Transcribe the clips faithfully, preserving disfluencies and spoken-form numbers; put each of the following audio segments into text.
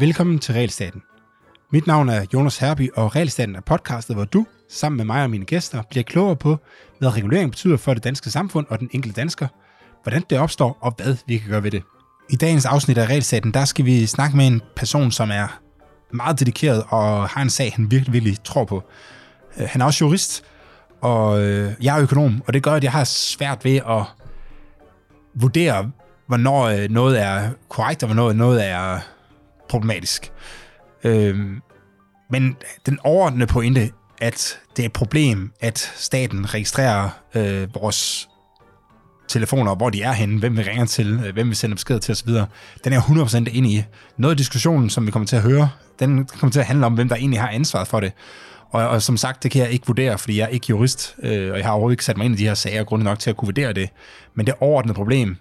Velkommen til Realstaten. Mit navn er Jonas Herby, og Realstaten er podcastet, hvor du, sammen med mig og mine gæster, bliver klogere på, hvad regulering betyder for det danske samfund og den enkelte dansker, hvordan det opstår, og hvad vi kan gøre ved det. I dagens afsnit af Realstaten, der skal vi snakke med en person, som er meget dedikeret og har en sag, han virkelig, virkelig tror på. Han er også jurist, og jeg er økonom, og det gør, at jeg har svært ved at vurdere, hvornår noget er korrekt, og hvornår noget er problematisk. Øhm, men den overordnede pointe, at det er et problem, at staten registrerer øh, vores telefoner, hvor de er henne, hvem vi ringer til, øh, hvem vi sender besked til osv., den er hundrede procent inde i. Noget af diskussionen, som vi kommer til at høre, den kommer til at handle om, hvem der egentlig har ansvaret for det. Og, og som sagt, det kan jeg ikke vurdere, fordi jeg er ikke jurist, øh, og jeg har overhovedet ikke sat mig ind i de her sager, grundigt nok til at kunne vurdere det. Men det overordnede problem,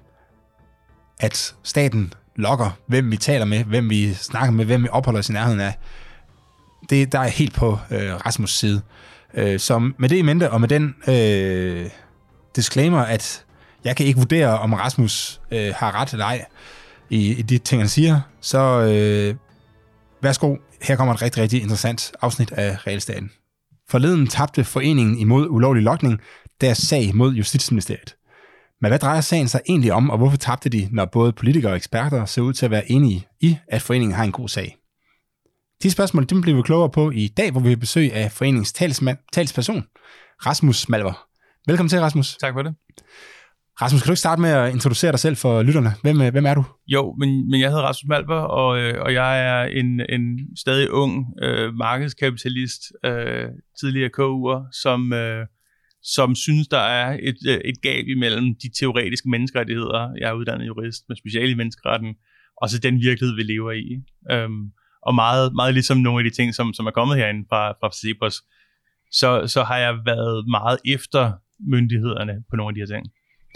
at staten logger, hvem vi taler med, hvem vi snakker med, hvem vi opholder os i nærheden af, det der er helt på øh, Rasmus' side. Øh, så med det i mente, og med den øh, disclaimer, at jeg kan ikke vurdere, om Rasmus øh, har ret eller ej i, i de ting, han siger, så øh, værsgo, her kommer et rigtig, rigtig interessant afsnit af Realstaten. Forleden tabte foreningen imod ulovlig logning deres sag mod Justitsministeriet. Men hvad drejer sagen sig egentlig om, og hvorfor tabte de, når både politikere og eksperter ser ud til at være enige i, at foreningen har en god sag? De spørgsmål, dem bliver vi klogere på i dag, hvor vi har besøg af foreningens talsmand, talsperson, Rasmus Malver. Velkommen til, Rasmus. Tak for det. Rasmus, kan du ikke starte med at introducere dig selv for lytterne? Hvem, hvem er du? Jo, men, men jeg hedder Rasmus Malver, og, og jeg er en, en stadig ung øh, markedskapitalist, øh, tidligere K U'er, som... Øh, som synes, der er et, et gab imellem de teoretiske menneskerettigheder, jeg er uddannet jurist med speciale i menneskeretten, og så den virkelighed, vi lever i. Øhm, og meget, meget ligesom nogle af de ting, som, som er kommet herinde fra, fra CEPOS, så, så har jeg været meget efter myndighederne på nogle af de her ting.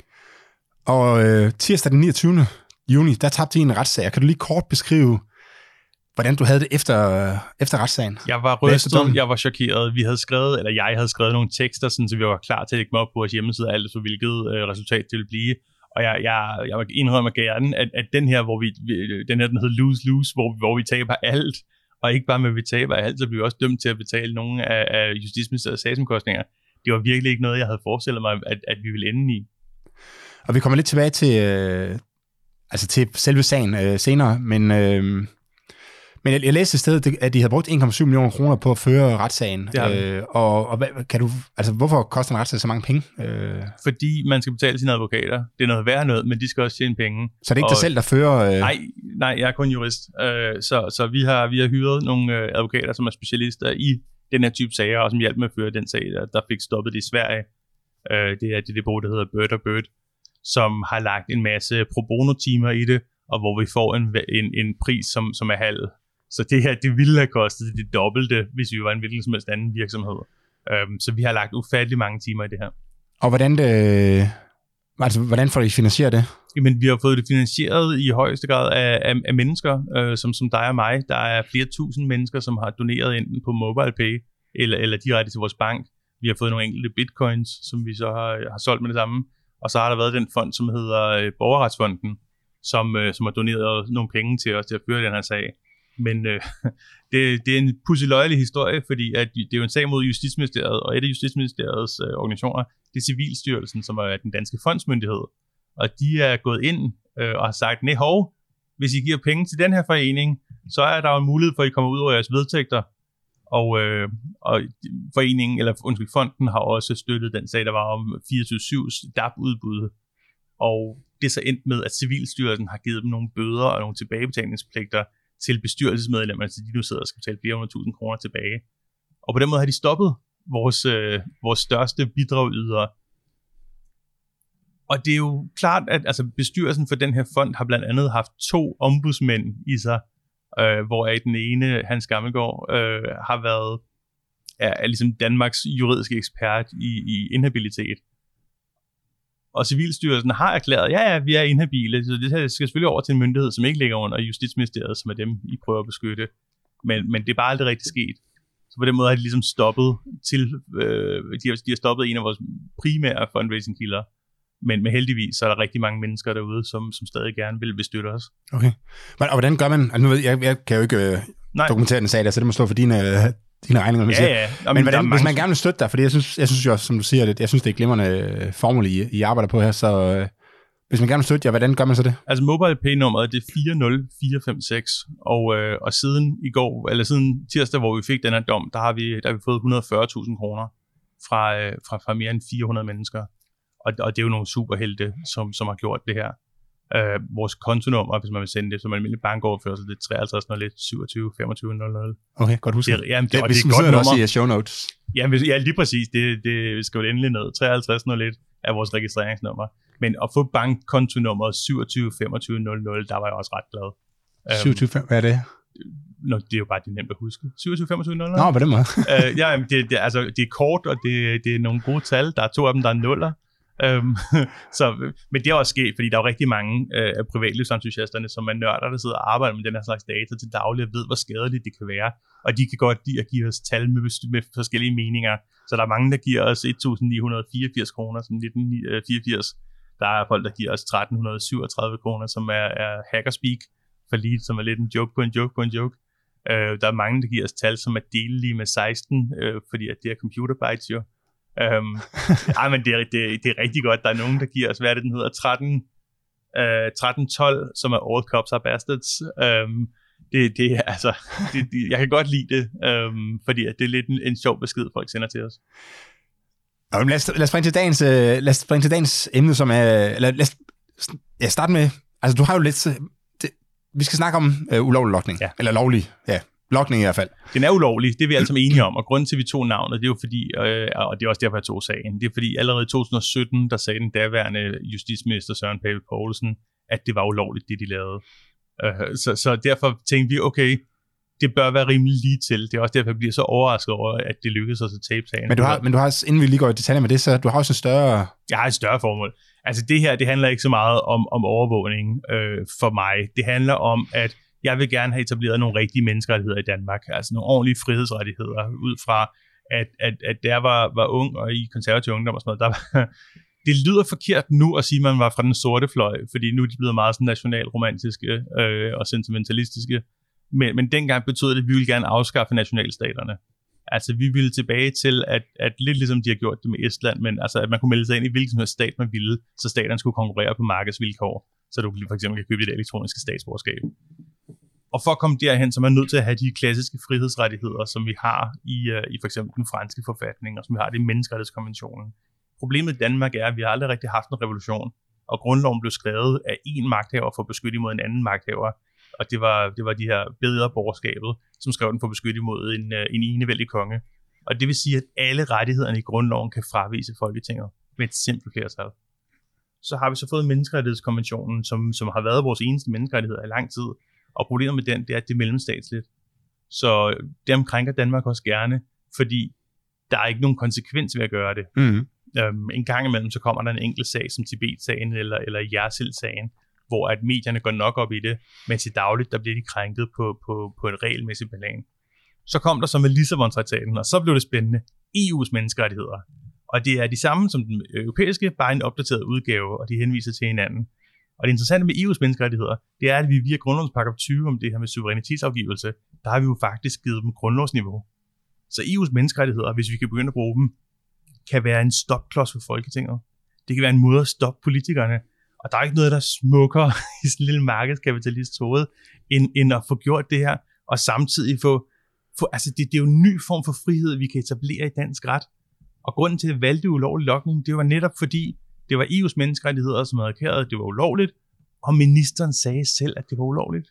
Og øh, tirsdag den niogtyvende juni, der tabte I en retssag. Kan du lige kort beskrive, hvordan du havde det efter, efter retssagen? Jeg var rystet, jeg var chokeret. Vi havde skrevet, eller jeg havde skrevet nogle tekster, sådan, så vi var klar til at lægge dem op på vores hjemmeside, alt for hvilket øh, resultat det ville blive. Og jeg, jeg, jeg indrømmer gerne, at, at den her, hvor vi, den her, den hedder lose-lose, hvor, hvor vi taber alt, og ikke bare med, at vi taber alt, så bliver vi også dømt til at betale nogle af, af Justitsministeriets sagsomkostninger. Det var virkelig ikke noget, jeg havde forestillet mig, at, at vi ville ende i. Og vi kommer lidt tilbage til, øh, altså til selve sagen øh, senere, men... Øh, Men jeg, jeg læste i stedet, at de havde brugt en komma syv millioner kroner på at føre retssagen. Øh, og og hvad, kan du, altså, hvorfor koster en retssag så mange penge? Øh... Fordi man skal betale sine advokater. Det er noget værd noget, men de skal også tjene penge. Så det er ikke og, dig selv, der fører... Øh... Nej, nej, jeg er kun jurist. Øh, så så vi, har, vi har hyret nogle øh, advokater, som er specialister i den her type sager, og som hjalp med at føre den sag, der, der fik stoppet det i Sverige. Øh, det er det, det bureau, der hedder Bird og Bird, som har lagt en masse pro bono-timer i det, og hvor vi får en, en, en pris, som, som er halv. Så det her, det ville have kostet det dobbelte, hvis vi var en hvilken som helst anden virksomhed. Um, så vi har lagt ufattelig mange timer i det her. Og hvordan, det, altså, hvordan får I finansieret det? Jamen, vi har fået det finansieret i højeste grad af, af, af mennesker, øh, som, som dig og mig. Der er flere tusind mennesker, som har doneret enten på MobilePay, eller, eller direkte til vores bank. Vi har fået nogle enkelte bitcoins, som vi så har, har solgt med det samme. Og så har der været den fond, som hedder øh, Borgerretsfonden, som, øh, som har doneret nogle penge til os til at føre den her sag. Men øh, det, det er en pusseløjelig historie, fordi at det er jo en sag mod Justitsministeriet, og et af Justitsministeriets øh, organisationer, det er Civilstyrelsen, som er den danske fondsmyndighed. Og de er gået ind øh, og har sagt, nej hov, hvis I giver penge til den her forening, så er der jo en mulighed for, at I kommer ud over jeres vedtægter. Og, øh, og foreningen, eller undskyld, fonden har også støttet den sag, der var om fireogtyve syv's D A B-udbud. Og det er så endt med, at Civilstyrelsen har givet dem nogle bøder og nogle tilbagebetalingspligter til bestyrelsesmedlemmer, så de nu sidder og skal betale flere hundrede tusind kroner tilbage. Og på den måde har de stoppet vores, øh, vores største bidragydere. Og det er jo klart, at altså, bestyrelsen for den her fond har blandt andet haft to ombudsmænd i sig, øh, hvoraf den ene, Hans Gammelgaard, øh, har været er, er ligesom Danmarks juridiske ekspert i, i inhabilitet. Og Civilstyrelsen har erklæret, ja, ja, vi er inhabile, så det her skal selvfølgelig over til en myndighed, som ikke ligger under Justitsministeriet, som er dem, I prøver at beskytte. Men, men det er bare aldrig rigtig sket. Så på den måde har de ligesom stoppet til, øh, de, har, de har stoppet en af vores primære fundraising-kilder. Men, men heldigvis så er der rigtig mange mennesker derude, som, som stadig gerne vil bestøtte os. Okay. Og hvordan gør man, altså nu ved jeg, jeg kan jo ikke øh, dokumentere den sag der, så det må stå for dine, øh, dine regninger, man ja, ja. siger. Men hvordan, hvis man gerne vil støtte dig, fordi jeg synes, jeg synes jo, som du siger, det, jeg synes, det er glimrende formel, I, I arbejder på her, så øh, hvis man gerne vil støtte jer, hvordan gør man så det? Altså MobilePay-nummeret, det er fire nul fire fem seks, og, øh, og siden i går, eller siden tirsdag, hvor vi fik den her dom, der har vi, der har vi fået et hundrede og fyrre tusind kroner fra, øh, fra, fra mere end fire hundrede mennesker. Og, og det er jo nogle superhelte, som, som har gjort det her. Øh, vores kontonummer, hvis man vil sende det som en almindelig bankoverførsel, det er treoghalvtreds nul et syvogtyve femogtyve nul nul. Okay, godt huske. Det, jamen, det, det, og hvis det er et godt nummer. Også i show notes. Ja, hvis, ja, lige præcis. Det, det skal jo endelig ned. treoghalvtreds nul et er vores registreringsnummer. Men at få bankkontonummeret syvogtyve femogtyve nul nul, der var jeg også ret glad. syvogtyve fem, hvad er det? Nå, det er jo bare det nemt at huske. syvogtyve femogtyve nul nul. Nå, på den måde. øh, ja, det, det, altså, det er kort, og det, det er nogle gode tal. Der er to af dem, der er nuller. Um, så, men det er også sket, fordi der er jo rigtig mange øh, af privatlivsentusiasterne, som er nørder, der sidder og arbejder med den her slags data til daglig og ved, hvor skadeligt det kan være. Og de kan godt lide at give os tal med, med forskellige meninger. Så der er mange, der giver os et tusind ni hundrede fireogfirs kroner, som nitten fireogfirs. Der er folk, der giver os tretten syvogtredive kroner, som er, er hackerspeak for lead, som er lidt en joke på en joke på en joke. Uh, der er mange, der giver os tal, som er delelige med seksten, uh, fordi at det er computer bytes jo. Um, ej, men det er, det, det er rigtig godt. Der er nogen, der giver os, hvad er det, den hedder, tretten tolv, som er All Cops Are Bastards. Um, det, det er altså, det, det, jeg kan godt lide det, um, fordi at det er lidt en, en sjov besked, folk sender til os. Og lad os, lad os springe til dagens, lad os springe til dagens emne, som er, eller lad os ja, starte med, altså du har jo lidt, det, vi skal snakke om uh, ulovlig logning, ja. Eller lovlig, ja. Logning i hvert fald. Den er ulovlig, det er vi alle sammen enige om, og grunden til, at vi tog navnet, det er jo fordi, øh, og det er også derfor, jeg tog sagen, det er fordi allerede i to tusind og sytten, der sagde den daværende justitsminister Søren Pape Poulsen, at det var ulovligt, det de lavede. Øh, så, så derfor tænkte vi, okay, det bør være rimelig lige til. Det er også derfor, jeg bliver så overrasket over, at det lykkedes os at tabe sagen. Men du har, men du har, inden vi lige går i detaljer med det, så du har også en større... Jeg har et større formål. Altså det her, det handler ikke så meget om, om overvågning øh, for mig. Det handler om, at jeg vil gerne have etableret nogle rigtige menneskerettigheder i Danmark, altså nogle ordentlige frihedsrettigheder, ud fra, at, at, at da jeg var, var ung og i konservativ ungdom og sådan noget, der var, det lyder forkert nu at sige, at man var fra den sorte fløj, fordi nu er de blevet meget sådan nationalromantiske øh, og sentimentalistiske, men, men dengang betød det, at vi ville gerne afskaffe nationalstaterne. Altså vi ville tilbage til, at, at lidt ligesom de har gjort det med Estland, men altså at man kunne melde sig ind i hvilken som helst stat man ville, så staterne skulle konkurrere på markedsvilkår, så du for eksempel kan købe det elektroniske statsborgerskab. Og for at komme derhen, så er man nødt til at have de klassiske frihedsrettigheder, som vi har i, uh, i for eksempel den franske forfatning, og som vi har i menneskerettighedskonventionen. Problemet i Danmark er, at vi har aldrig rigtig haft en revolution, og grundloven blev skrevet af én magthaver for at beskytte imod en anden magthaver, og det var, det var de her bederborgerskabet, som skrev den for at beskytte imod en, uh, en enevældig konge. Og det vil sige, at alle rettighederne i grundloven kan fravise Folketinget med et simpelt flertal. Så har vi så fået menneskerettighedskonventionen, som, som har været vores eneste menneskerettigheder i lang tid. Og problemet med den, det er, at det er mellemstatsligt. Så dem krænker Danmark også gerne, fordi der er ikke nogen konsekvens ved at gøre det. Mm. Øhm, en gang imellem, så kommer der en enkelt sag, som Tibet-sagen eller, eller Jersild-sagen, hvor at medierne går nok op i det, men til dagligt, der bliver de krænket på, på, på et regelmæssigt plan. Så kom der så med Lissabon-traktaten, og så blev det spændende. E U's menneskerettigheder. Og det er de samme som den europæiske, bare en opdateret udgave, og de henviser til hinanden. Og det interessante med E U's menneskerettigheder, det er, at vi via grundlovens paragraf tyve om det her med suverænitetsafgivelse, der har vi jo faktisk givet dem grundlovsniveau. Så E U's menneskerettigheder, hvis vi kan begynde at bruge dem, kan være en stopklods for Folketinget. Det kan være en måde at stoppe politikerne. Og der er ikke noget, der smukker i sådan en lille markedskapitalist hoved, end, end at få gjort det her, og samtidig få, få altså det, det er jo en ny form for frihed, vi kan etablere i dansk ret. Og grunden til, at vi valgte ulovlig logning, det var netop fordi, det var E U's menneskerettigheder, som havde erklæret, at det var ulovligt, og ministeren sagde selv, at det var ulovligt.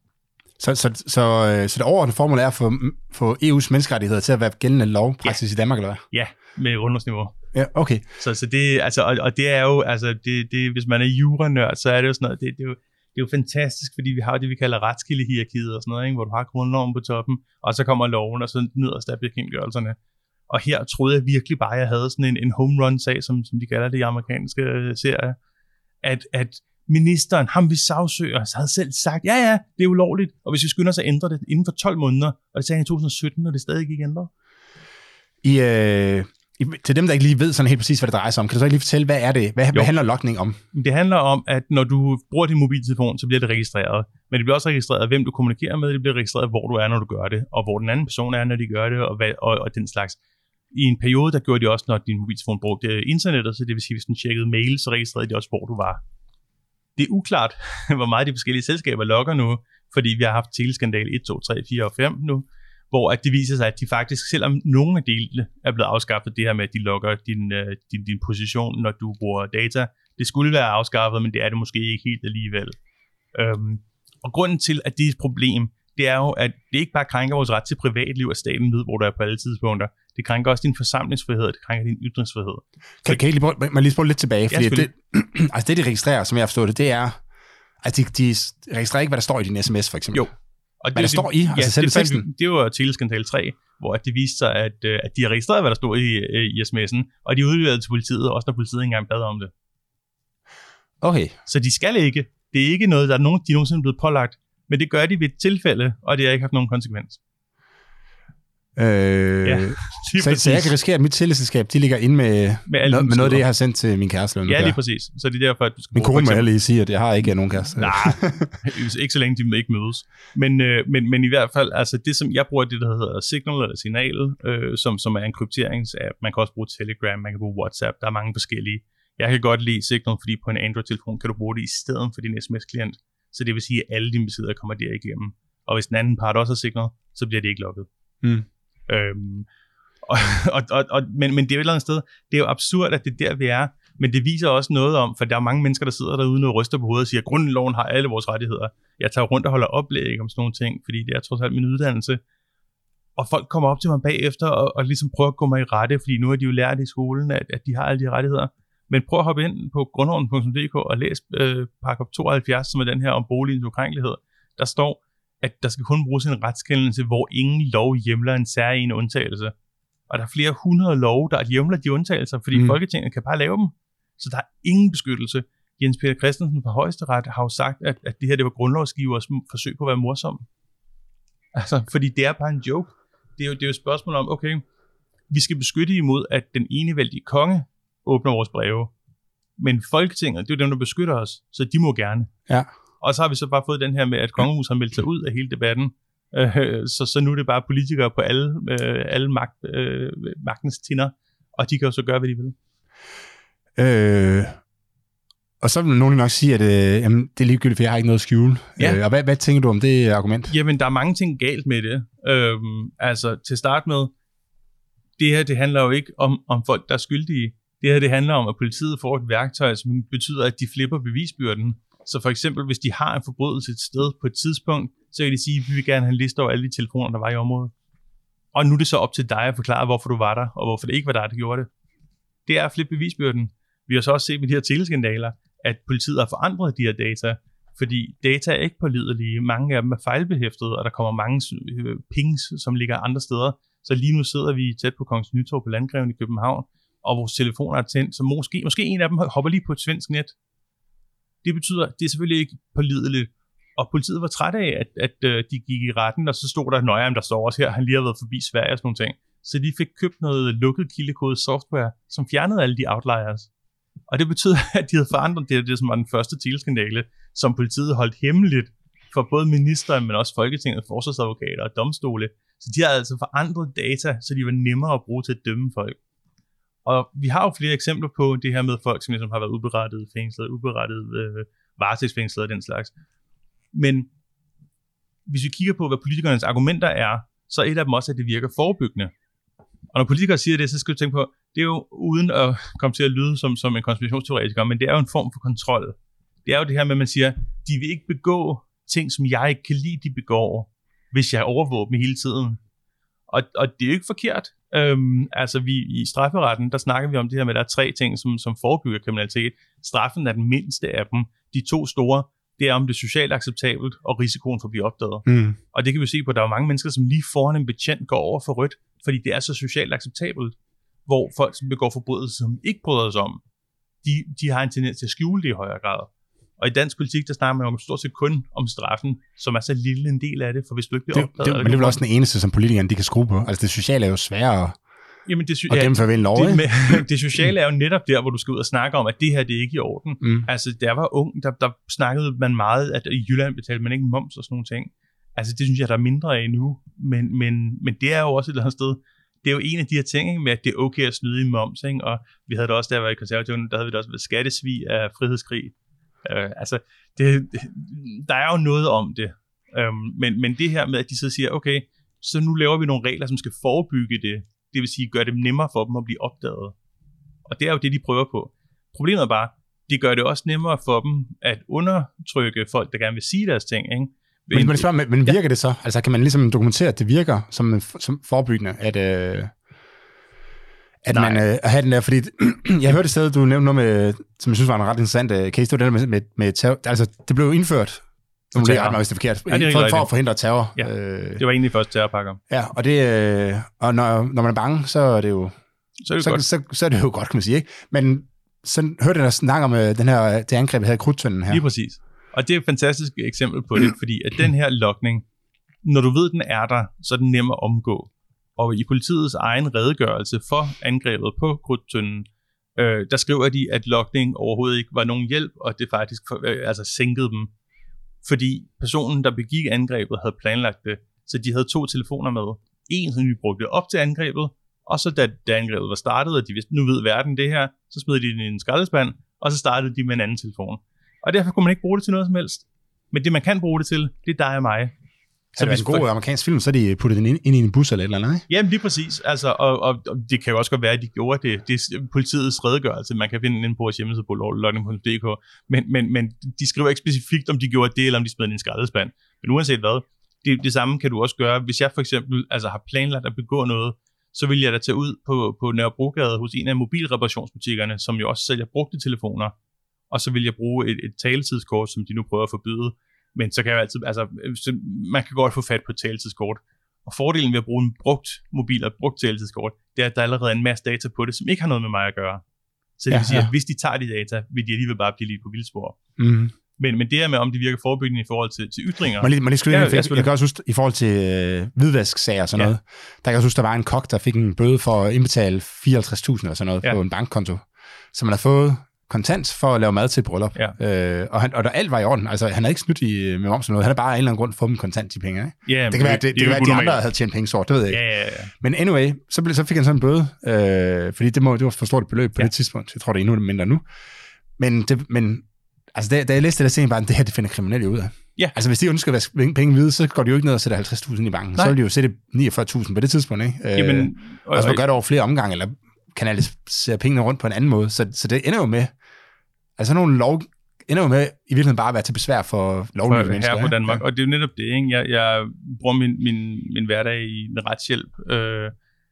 Så, så, så, så det overordnede formål er at få, få E U's menneskerettigheder til at være gældende lovpraksis ja. I Danmark, eller hvad? Ja, med grundlovsniveau. Ja, okay. Så, så det, altså, og, og det er jo, altså, det, det, hvis man er juranørd, så er det jo sådan noget, det, det, er jo, det er jo fantastisk, fordi vi har det, vi kalder retskildehierarkiet og sådan noget, ikke? Hvor du har grundloven på toppen, og så kommer loven, og så nederst er bekendtgørelserne. Og her troede jeg virkelig bare, at jeg havde sådan en, en home run-sag, som, som de kalder det i amerikanske serier, at, at ministeren, ham vi sagsøger, havde selv sagt, ja ja, det er ulovligt, og hvis vi skynder os at ændre det inden for tolv måneder, og det sagde han i to tusind og sytten, og det stadig ikke ændret. I, øh, Til dem, der ikke lige ved sådan helt præcis, hvad det drejer sig om, kan du så ikke lige fortælle, hvad er det? Hvad, hvad handler logning om? Det handler om, at når du bruger din mobiltelefon, så bliver det registreret. Men det bliver også registreret, hvem du kommunikerer med. Det bliver registreret, hvor du er, når du gør det. Og hvor den anden person er, når de gør det. Og, hvad, og, og den slags. I en periode, der gjorde de også, når din mobiltelefon brugte internettet. Så det vil sige, hvis den tjekkede mail, så registrerede de også, hvor du var. Det er uklart, hvor meget de forskellige selskaber logger nu. Fordi vi har haft teleskandal et, to, tre, fire og fem nu. Hvor at det viser sig, at de faktisk, selvom nogle af delene er blevet afskaffet, det her med, at de logger din, din, din position, når du bruger data, det skulle være afskaffet, men det er det måske ikke helt alligevel. Øhm, og grunden til, at det er et problem, det er jo, at det ikke bare krænker vores ret til privatliv, at staten ved, hvor du er på alle tidspunkter. Det krænker også din forsamlingsfrihed, det krænker din ytringsfrihed. Kan, kan jeg lige, prøve, man lige spole lidt tilbage? Fordi ja, det, altså det, de registrerer, som jeg har forstået det, det er, at de, de registrerer ikke, hvad der står i din sms, for eksempel. Jo. Og hvad det, der står i, altså ja, selv det, teksten. Det var teleskandal tre, hvor det viste sig, at, at de har registreret, hvad der stod i, i sms'en, og de udleverede til politiet, også når politiet ikke engang bad om det. Okay. Så de skal ikke. Det er ikke noget, der er nogen, de er nogensinde blevet pålagt, men det gør de ved et tilfælde, og det har ikke haft nogen konsekvens. Øh, ja, så, så jeg kan risikere, at mit teleselskab, de ligger inde med, med, noget, med noget af det, jeg har sendt til min kæreste. Ja, lige præcis. Så det er derfor, at du skal min kone må jeg lige sige, at jeg har ikke nogen kæreste. Nej, ikke så længe de ikke mødes. Men, øh, men, men i hvert fald, altså det som jeg bruger, det der hedder Signal eller Signal, øh, som, som er en krypteringsapp. Man kan også bruge Telegram, man kan bruge WhatsApp. Der er mange forskellige. Jeg kan godt lide Signal, fordi på en Android-telefon kan du bruge det i stedet for din sms-klient. Så det vil sige, at alle dine beskeder kommer der igennem. Og hvis den anden part også har Signal, så bliver det ikke logget. Mm. Øhm, og, og, og, og, men, men det er jo et eller andet sted, det er jo absurd, at det er der, vi er, men det viser også noget om, for der er mange mennesker, der sidder derude og ryster på hovedet og siger, at grundloven har alle vores rettigheder. Jeg tager rundt og holder oplæg om sådan nogle ting, fordi det er trods alt min uddannelse. Og folk kommer op til mig bagefter og, og ligesom prøver at gå mig i rette, fordi nu har de jo lært i skolen, at, at de har alle de rettigheder. Men prøv at hoppe ind på grundloven punktum d k og læs øh, paragraf tooghalvfjerds, som er den her om boligens ukrænkelighed. Der står, at der skal kun bruges en retskendelse, hvor ingen lov hjemler en særlig undtagelse. Og der er flere hundrede love, der hjemler de undtagelser, fordi mm. Folketinget kan bare lave dem. Så der er ingen beskyttelse. Jens Peter Christensen fra Højesteret har jo sagt, at, at det her det var grundlovsgivers forsøg på at være morsom. Altså, fordi det er bare en joke. Det er jo, det er jo et spørgsmål om, okay, vi skal beskytte imod, at den enevældige konge åbner vores breve. Men Folketinget, det er jo dem, der beskytter os, så de må gerne. Ja. Og så har vi så bare fået den her med, at kongehuset har meldt sig ud af hele debatten. Øh, så, så nu er det bare politikere på alle, øh, alle magt, øh, magtens tinder, og de kan jo så gøre, hvad de vil. Øh, og så vil nogen nok sige, at øh, jamen, det er ligegyldigt, for jeg har ikke noget at skjule. Ja. Øh, og hvad, hvad tænker du om det argument? Jamen, der er mange ting galt med det. Øh, altså, til start med, det her, det handler jo ikke om, om folk, der er skyldige. Det her, det handler om, at politiet får et værktøj, som betyder, at de flipper bevisbyrden. Så for eksempel, hvis de har en forbrydelse et sted på et tidspunkt, så kan de sige, at vi vil gerne have en liste over alle de telefoner, der var i området. Og nu er det så op til dig at forklare, hvorfor du var der, og hvorfor det ikke var dig, der gjorde det. Det er at flippe bevisbyrden. Vi har så også set med de her teleskandaler, at politiet har forandret de her data, fordi data er ikke pålidelige. Mange af dem er fejlbehæftede, og der kommer mange pings, som ligger andre steder. Så lige nu sidder vi tæt på Kongens Nytorv på Landgreven i København, og vores telefoner er tændt, så måske, måske en af dem hopper lige på et svensk net. Det betyder, det er selvfølgelig ikke pålideligt. Og politiet var træt af, at, at, at de gik i retten, og så stod der, nøje, der står også her, han lige har været forbi Sverige og sådan nogle ting. Så de fik købt noget lukket kildekode software, som fjernede alle de outliers. Og det betyder, at de havde forandret det, det som var den første teleskandale, som politiet holdt hemmeligt for både ministeren, men også Folketinget, forsvarsadvokater og domstole. Så de har altså forandret data, så de var nemmere at bruge til at dømme folk. Og vi har jo flere eksempler på det her med folk, som ligesom har været uberettiget fængslet, uberettiget øh, varetægtsfængslet og den slags. Men hvis vi kigger på, hvad politikernes argumenter er, så er et af dem også, at det virker forebyggende. Og når politikere siger det, så skal du tænke på, det er jo uden at komme til at lyde som, som en konspirationsteoretiker, men det er jo en form for kontrol. Det er jo det her med, at man siger, de vil ikke begå ting, som jeg ikke kan lide, de begår, hvis jeg overvåger dem hele tiden. Og, og det er jo ikke forkert. Øhm, altså vi i strafferetten, der snakker vi om det her med, at der er tre ting, som, som forebygger kriminalitet. Straffen er den mindste af dem. De to store, det er om det er socialt acceptabelt og risikoen for at blive opdaget. Mm. Og det kan vi se på, at der er mange mennesker, som lige foran en betjent går over for rødt, fordi det er så socialt acceptabelt, hvor folk, som begår forbrydelser, som ikke bryder sig om, de, de har en tendens til at skjule det i højere grad. Og i dansk politik, der snakker man jo stort set kun om straffen, som er så lille en del af det, for hvis du ikke bliver det, opdaget... Det, men det er vel også den eneste, som politikerne de kan skrue på. Altså det sociale er jo sværere Jamen, det, og gennemføre en lov, det, med, det sociale er jo netop der, hvor du skal ud og snakke om, at det her, det er ikke i orden. Mm. Altså, da jeg var ung, der, der snakkede man meget, at i Jylland betalte man ikke moms og sådan nogle ting. Altså, det synes jeg, der er mindre af nu. Men, men, men det er jo også et eller andet sted, det er jo en af de her ting, ikke, med at det er okay at snyde i moms, ikke? Og vi havde det også, da jeg var i konservativerne, der havde vi det også ved skattesvig af frihedskrig. Uh, altså, det, der er jo noget om det. Um, men, men det her med, at de så siger, okay, så nu laver vi nogle regler, som skal forebygge det. Det vil sige, gøre det nemmere for dem at blive opdaget. Og det er jo det, de prøver på. Problemet er bare, det gør det også nemmere for dem at undertrykke folk, der gerne vil sige deres ting, ikke? Men, men, spørger, men virker ja. det så? Altså kan man ligesom dokumentere, at det virker som, som forebyggende, at, øh, at man øh, at have den der, fordi jeg hørte et sted, du nævnte noget med, som jeg synes var en ret interessant uh, case, det var det med, med, med terror, altså det blev indført, som det er ret hvis det er forkert, ja, det er for, for at forhindre terror. Ja, øh, det var egentlig første terrorpakker. Ja, og, det, øh, og når, når man er bange, så er det jo, så er det, så, godt. Så, så er det jo godt, kan man sige, ikke? Men så hørte jeg der snak om den her, det angreb, jeg havde i Krudttønden her. Lige præcis. Og det er et fantastisk eksempel på det, fordi at den her logning, når du ved, den er der, så er den nem at omgå. Og i politiets egen redegørelse for angrebet på Krudttønden, øh, der skriver de, at logning overhovedet ikke var nogen hjælp, og det faktisk øh, altså sænkede dem. Fordi personen, der begik angrebet, havde planlagt det, så de havde to telefoner med. En, som de brugte op til angrebet, og så da, da angrebet var startet, og de vidste, nu ved verden det her, så smed de den i en skraldespand, og så startede de med en anden telefon. Og derfor kunne man ikke bruge det til noget som helst. Men det, man kan bruge det til, det er dig og mig. Så hvis en god for... amerikansk film, så er de puttet den ind, ind i en bus eller et eller andet, ikke? Jamen lige præcis. Altså, og, og, og det kan jo også godt være, at de gjorde det. Det er politiets redegørelse. Man kan finde den på vores hjemmeside på logning punktum d k. Men, men, men de skriver ikke specifikt, om de gjorde det, eller om de smed den i en skraldespand. Men uanset hvad, det, det samme kan du også gøre. Hvis jeg for eksempel altså, har planlagt at begå noget, så vil jeg da tage ud på, på Nørrebrogade hos en af mobilreparationsbutikkerne, som jo også sælger brugte telefoner. Og så vil jeg bruge et, et taletidskort, som de nu prøver at forbyde. Men så kan jeg altid, altså, man kan godt få fat på et taletidskort. Og fordelen ved at bruge en brugt mobil og et brugt taletidskort, det er, at der allerede er en masse data på det, som ikke har noget med mig at gøre. Så det ja, vil sige, ja. at hvis de tager de data, vil de alligevel bare blive lige på vildspor. Mm. Men, men det her med, om de virker forebyggende i forhold til, til ytringer... Man lige, man lige skulle, ja, jeg, jeg, jeg kan også huske, i forhold til øh, hvidvasksager og sådan ja. noget, der kan jeg også huske, der var en kok, der fik en bøde for at indbetale fireoghalvtreds tusind eller sådan noget ja. på en bankkonto, som man har fået kontant for at lave mad til et bryllup. Ja. Øh, og, han, og der alt var i orden. Altså, han havde ikke snydt i, med moms eller noget. Han havde bare af en eller anden grund fået dem kontant de penge. Ikke? Ja, det kan være, det, det, det kan være at de andre havde tjent penge sort, det ved jeg ikke. Ja, ja, ja. Men anyway, så, blev, så fik han sådan en bøde, øh, fordi det, må, det var for stort et beløb på ja. det tidspunkt. Jeg tror, det er endnu mindre nu. Men, det, men altså, da, da jeg læste det, der sagde jeg bare, at det her, det finder kriminelle ud af. Ja. Altså, hvis de ønsker at vaske penge videre, så går de jo ikke ned og sætter halvtreds tusind i banken. Nej. Så vil de jo sætte niogfyrre tusind på det tidspunkt, ikke? Øh, Jamen, og, og så gør det over flere omgange, eller kanaliserer pengene rundt på en anden måde. Så, så det ender jo med, altså nogle lov ender jo med i virkeligheden bare at være til besvær for lovlige for mennesker. Her på Danmark, ja. Og det er jo netop det, ikke? Jeg, jeg bruger min, min, min hverdag i en retshjælp, øh,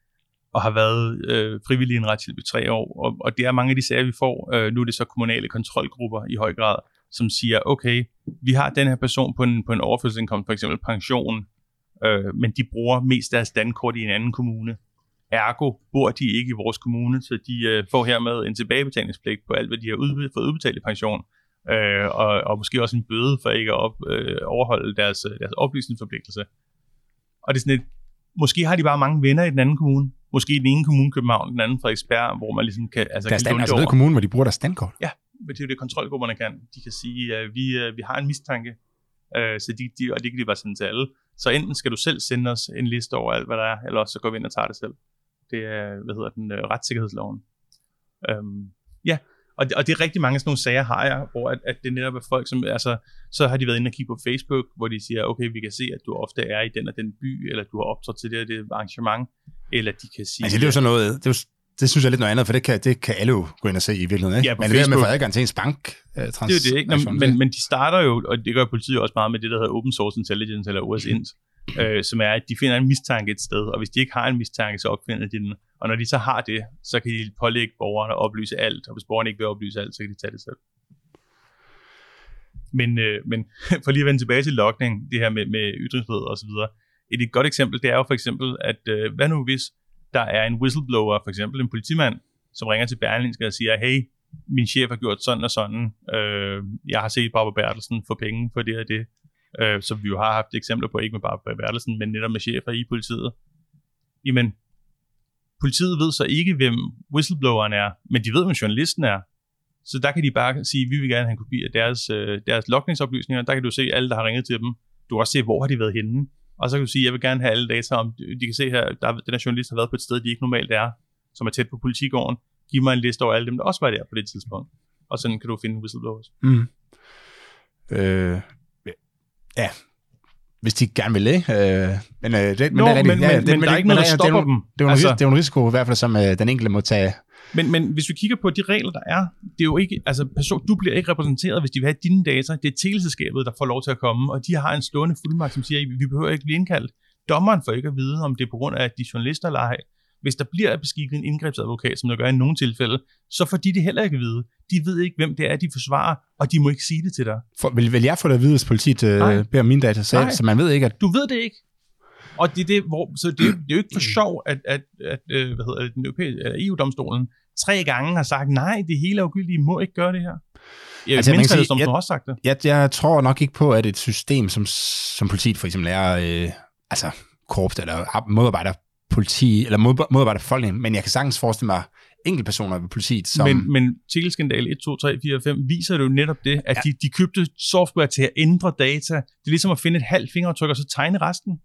og har været øh, frivillig i en retshjælp i tre år, og, og det er mange af de sager, vi får. Øh, nu er det så kommunale kontrolgrupper i høj grad, som siger, okay, vi har den her person på en, på en overførselsindkomst, for eksempel pension, øh, men de bruger mest deres dankort i en anden kommune. Ergo bor de ikke i vores kommune, så de øh, får hermed en tilbagebetalingspligt på alt, hvad de har udbe- fået udbetalt i pension, øh, og, og måske også en bøde for ikke at op, øh, overholde deres, deres oplysningsforpligtelse. Og det er sådan et, måske har de bare mange venner i den anden kommune, måske i den ene kommune København, den anden Frederiksberg, hvor man ligesom kan... Altså, der er stand, altså ved kommunen, hvor de bruger deres standkort? Ja, men det er jo det, kontrolgrupperne kan. De kan sige, at øh, vi, øh, vi har en mistanke, øh, så de, de, og det kan de bare sende til alle. Så enten skal du selv sende os en liste over alt, hvad der er, eller også så går vi ind og tager det selv. Det er, hvad hedder den, øh, retssikkerhedsloven. Øhm, ja, og det, og det er rigtig mange sådan nogle sager har jeg, hvor at, at det netop er folk, som, altså, så har de været inde og kigge på Facebook, hvor de siger, okay, vi kan se, at du ofte er i den og den by, eller du har optrådt til det og det arrangement, eller de kan sige... Altså det er jo sådan noget, det, er jo, det synes jeg er lidt noget andet, for det kan, det kan alle jo gå ind og se i virkeligheden, ikke? Ja, men det er med at få adgang til ens bank. Uh, det er jo det, ikke? Nå, men, men de starter jo, og det gør politiet også meget med det, der hedder Open Source Intelligence, eller O S I N T, øh, som er, at de finder en mistanke et sted, og hvis de ikke har en mistanke, så opfinder de den. Og når de så har det, så kan de pålægge borgerne at oplyse alt, og hvis borgerne ikke vil oplyse alt, så kan de tage det selv. Men, øh, men for lige at vende tilbage til logning, det her med, med ytringsfrihed og så videre. Et, et godt eksempel, det er jo for eksempel, at øh, hvad nu hvis der er en whistleblower, for eksempel en politimand, som ringer til Berlingske og siger, hey, min chef har gjort sådan og sådan, øh, jeg har set Barbara Bertelsen få penge for det og det, øh, som vi jo har haft eksempler på, ikke med Barbara Bertelsen, men netop med chefer i politiet. Jamen, Politiet ved så ikke, hvem whistlebloweren er, men de ved, hvem journalisten er. Så der kan de bare sige, at vi vil gerne have en kopi af deres, øh, deres logningsoplysninger. Der kan du se alle, der har ringet til dem. Du kan også se, hvor har de været henne. Og så kan du sige, at jeg vil gerne have alle data om, de kan se her, der den her journalist har været på et sted, de ikke normalt er, som er tæt på politigården. Giv mig en liste over alle dem, der også var der på det tidspunkt. Og sådan kan du finde whistleblowers. Mm. Øh, ja, hvis de gerne vil det. Øh, men, øh, det, men, Nå, det er men, men, men der er ikke noget, der stopper dem. Det er jo altså, en risiko, i hvert fald, som øh, den enkelte må tage. Men, men hvis vi kigger på de regler, der er, det er jo ikke, altså person, du bliver ikke repræsenteret, hvis de vil have dine data. Det er teleselskabet, der får lov til at komme, og de har en stående fuldmagt, som siger, at vi behøver ikke blive indkaldt. Dommeren får ikke at vide, om det er på grund af, at de journalister eller ej. Hvis der bliver beskikket en indgrebsadvokat, som der gør i nogle tilfælde, så får de det heller ikke at vide. De ved ikke, hvem det er, de forsvarer, og de må ikke sige det til dig. For, vil, vil jeg få det at vide, hvis politiet øh, beder om mine data, så, så man ved ikke, at... Du ved det ikke. Og det er det, hvor, så det, det er jo ikke for sjov, at, at, at, at hvad hedder det, den europæiske, E U-domstolen tre gange har sagt, nej, det hele er ugyldigt, I må ikke gøre det her. Jeg, altså, mennesker, sige, som jeg, du også sagt det. Jeg, jeg tror nok ikke på, at et system, som, som politiet for eksempel er, øh, altså korrupt eller modarbejder politi, eller mod, modarbejder befolkningen, men jeg kan sagtens forestille mig enkeltpersoner ved politiet, som... Men, men teleskandale et, to, tre, fire, fem viser det jo netop det, at ja. de, de købte software til at ændre data. Det er ligesom at finde et halvt fingeraftryk, og så tegne resten.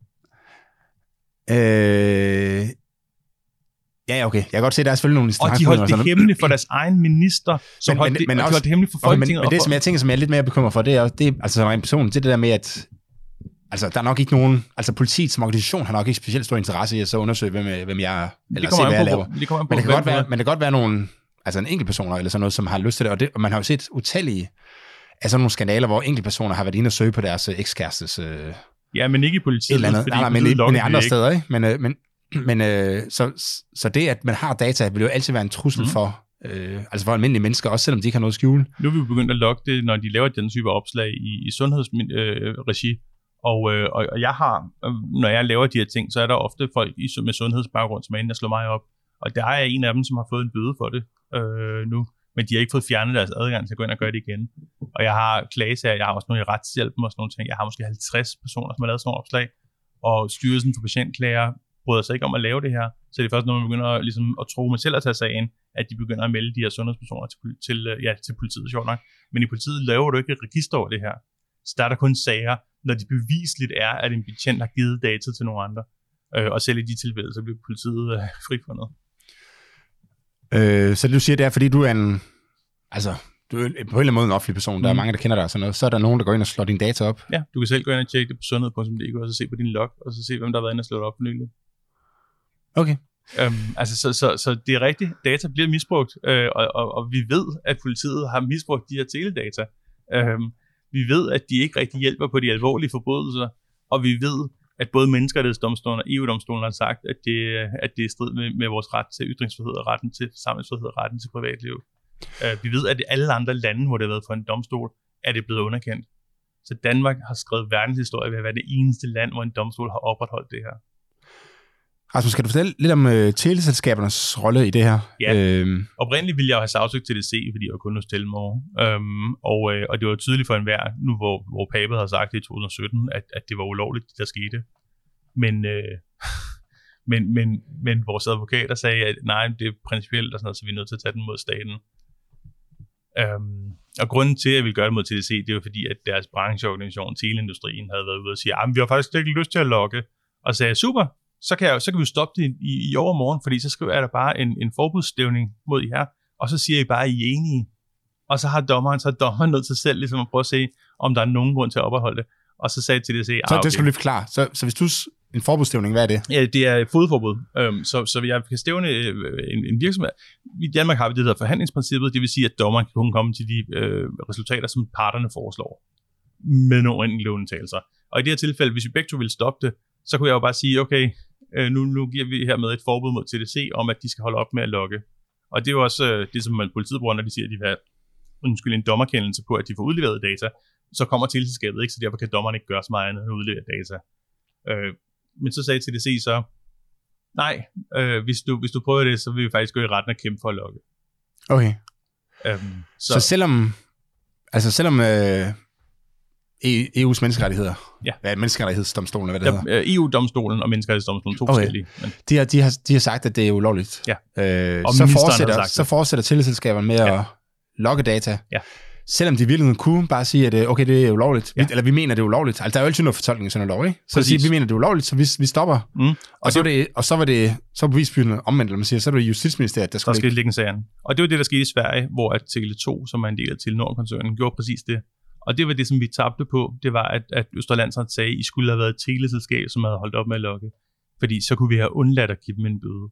Øh... Ja, okay. Jeg kan godt se, at der er selvfølgelig nogle... Og de holdt det hemmeligt for deres egen minister, som men, holdt, men, det, men også, de holdt det hemmeligt for Folketinget. Okay, men, men det, som jeg tænker, som jeg er lidt mere bekymret for, det er, det, altså som en person, det er det der med, at altså, der er nok ikke nogen... Altså, politiet som organisation har nok ikke specielt stor interesse i at så undersøge, hvem, hvem jeg er, eller se, hvad jeg laver. Det på, men det kan godt være, men det kan godt være nogle... Altså, en enkelt personer, eller sådan noget, som har lyst til det. Og, det, og man har jo set utallige af sådan nogle skandaler, hvor enkelte personer har været inde og søge på deres ekskærestes... Øh, ja, men ikke i politiet. Eller andet. Nej, nej, men, men i andre steder, ikke? Men, øh, men, men øh, så, så det, at man har data, vil jo altid være en trussel mm. for... Øh, altså for almindelige mennesker, også selvom de ikke har noget at skjule. Nu er vi begyndt at logge det, når de laver den type opslag i, i sundhedsregi. Øh, og, øh, og, og jeg har, når jeg laver de her ting, så er der ofte folk i, med sundhedsbaggrund, som er inde og slår mig op. Og der er en af dem, som har fået en bøde for det øh, nu. Men de har ikke fået fjernet deres adgang til at gå ind og gøre det igen. Og jeg har klagesager, jeg har også nogle i retshjælpen og sådan nogle ting. Jeg har måske halvtreds personer, som har lavet sådan nogle opslag. Og Styrelsen for Patientklager bryder sig ikke om at lave det her. Så det er først, når man begynder ligesom, at tro mig selv at tage sagen, at de begynder at melde de her sundhedspersoner til, til, ja, til politiet, sjovt nok. Men i politiet laver du ikke et register over det her. Så der er der kun sager, når det bevisligt er, at en betjent har givet data til nogle andre. Øh, og selv i de tilfælde, så bliver politiet øh, frifundet. Øh, så det du siger, det er, fordi du er en, altså, du er på en eller anden måde en offentlig person, mm. der er mange, der kender dig og sådan noget, så er der nogen, der går ind og slår dine data op. Ja, du kan selv gå ind og tjekke det på sundhed punktum d k, og så se på din log, og så se, hvem der har været inde og slået op for nylig. Okay. Øhm, altså, så, så, så det er rigtigt, data bliver misbrugt, øh, og, og, og vi ved, at politiet har misbrugt de her teledata. Øhm, vi ved, at de ikke rigtig hjælper på de alvorlige forbrydelser, og vi ved, at både menneskerettighedsdomstolen og E U-domstolen har sagt, at det, at det er i strid med, med vores ret til ytringsfrihed og retten til forsamlingsfrihed og retten til privatliv. Uh, vi ved, at i alle andre lande, hvor det har været for en domstol, er det blevet underkendt. Så Danmark har skrevet verdenshistorie ved at være det eneste land, hvor en domstol har opretholdt det her. Rasmus, skal du fortælle lidt om uh, teleselskabernes rolle i det her? Ja, øhm. oprindeligt ville jeg jo have sagsøgt til T D C, fordi jeg var kun hos Telmore. Um, og, uh, og det var tydeligt for enhver, nu hvor, hvor Pape havde sagt det i to tusind og sytten, at, at det var ulovligt, det der skete. Men, uh, men, men, men vores advokater sagde, at nej, det er principielt, og sådan noget, så vi er nødt til at tage den mod staten. Um, og grunden til, at jeg ville gøre det mod T D C, det var fordi, at deres brancheorganisation, teleindustrien, havde været ude og sige, at vi har faktisk ikke lyst til at logge. Og sagde, super, så kan, jeg, så kan vi jo stoppe det i, i overmorgen, fordi så skriver jeg der bare en, en forbudsstævning mod jer, og så siger I bare, at I er enige. Og så har dommeren, så er dommeren nødt til selv ligesom at prøve at se, om der er nogen grund til at opretholde det. Og så sagde T D C, ah, så okay. Det skal du lige forklare. Så, så hvis du en forbudsstævning, hvad er det? Ja, det er et fodforbud. Øhm, så, så jeg kan stævne en, en virksomhed. I Danmark har vi det der forhandlingsprincippet, det vil sige, at dommeren kan komme til de øh, resultater, som parterne foreslår, med nogle enkelte undtagelser. Og i det her tilfælde, hvis vi begge to ville stoppe det, så kunne jeg jo bare sige, okay, øh, nu, nu giver vi her med et forbud mod T D C, om at de skal holde op med at logge. Og det er jo også øh, det, som man politiet bruger, når de siger, at de vil have undskyld, en dommerkendelse på, at de får udleveret data, så kommer teleselskabet ikke, så derfor kan dommeren ikke gøre så meget andet end at udlevere data. Øh, men så sagde T D C så, nej, øh, hvis, du, hvis du prøver det, så vil vi faktisk gå i retten og kæmpe for at logge. Okay. Øhm, så. så selvom, altså selvom øh, E U's menneskerettigheder. Ja. Ja, menneskerettighedsdomstolen, hvad det ja, hedder. E U-domstolen og menneskerettighedsdomstolen, to okay. forskellige. Men... De, har, de, har, de har sagt, at det er ulovligt. Ja. Øh, så, fortsætter, så fortsætter teleselskaberne med ja. at logge data. Ja. Selvom de virkelig kunne bare sige, at okay, det er ulovligt. Ja. Vi, eller vi mener, det er ulovligt. Altså, der er jo altid noget fortolkning af sådan noget lov, ikke? Så siger, vi mener, det er ulovligt, så vi, vi stopper. Mm. Og, og, så var det, og så var det så bevisbyrdende omvendt, man siger, så var det Justitsministeriet, der skulle, der skulle ligge sagen. Og det var det, der skete i Sverige, hvor at Tele to, som er en del af Telenor-koncernen, gjorde præcis det. Og det var det, som vi tabte på. Det var, at, at Østre Landsret sagde, at I skulle have været et teleselskab, som havde holdt op med at logge. Fordi så kunne vi have undladt at give dem en bøde.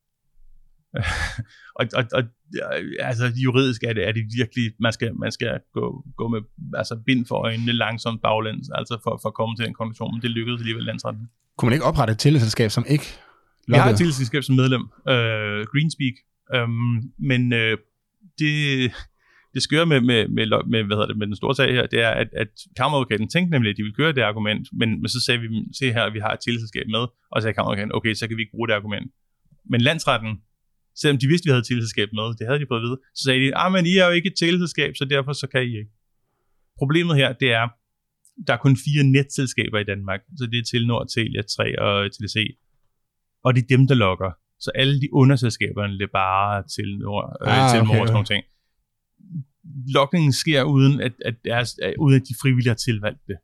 og, og, og altså juridisk er det, er det virkelig, man skal, man skal gå, gå med altså bind for øjnene langsomt baglæns, altså for, for at komme til en konklusion, men det lykkedes alligevel landsretten. Kunne man ikke oprette et teleselskab, som ikke loggede? Vi har et teleselskab som medlem, øh, Greenspeak, øhm, men øh, det, det skøre med, med, med, med, hvad hedder det, med den store sag her, det er, at, at kammeradvokaten tænkte nemlig, at de ville køre det argument, men, men så sagde vi, se her, vi har et teleselskab med, og så sagde kammeradvokaten, okay, så kan vi ikke bruge det argument. Men landsretten, selvom de vidste, at vi havde et teleselskab med, det havde de fået at vide, så sagde de, ah, men I er jo ikke et teleselskab, så derfor så kan I ikke. Problemet her, det er, der er kun fire netselskaber i Danmark, så det er Telenor, Telia, tre og T D C, og det er dem, der logger. Så alle de underselskaberne, det er bare Telenor, øh, ah, Telenor okay. og sådan nogle ting. Logningen sker uden, at, at, deres, uden at de frivillige har tilvalgt det.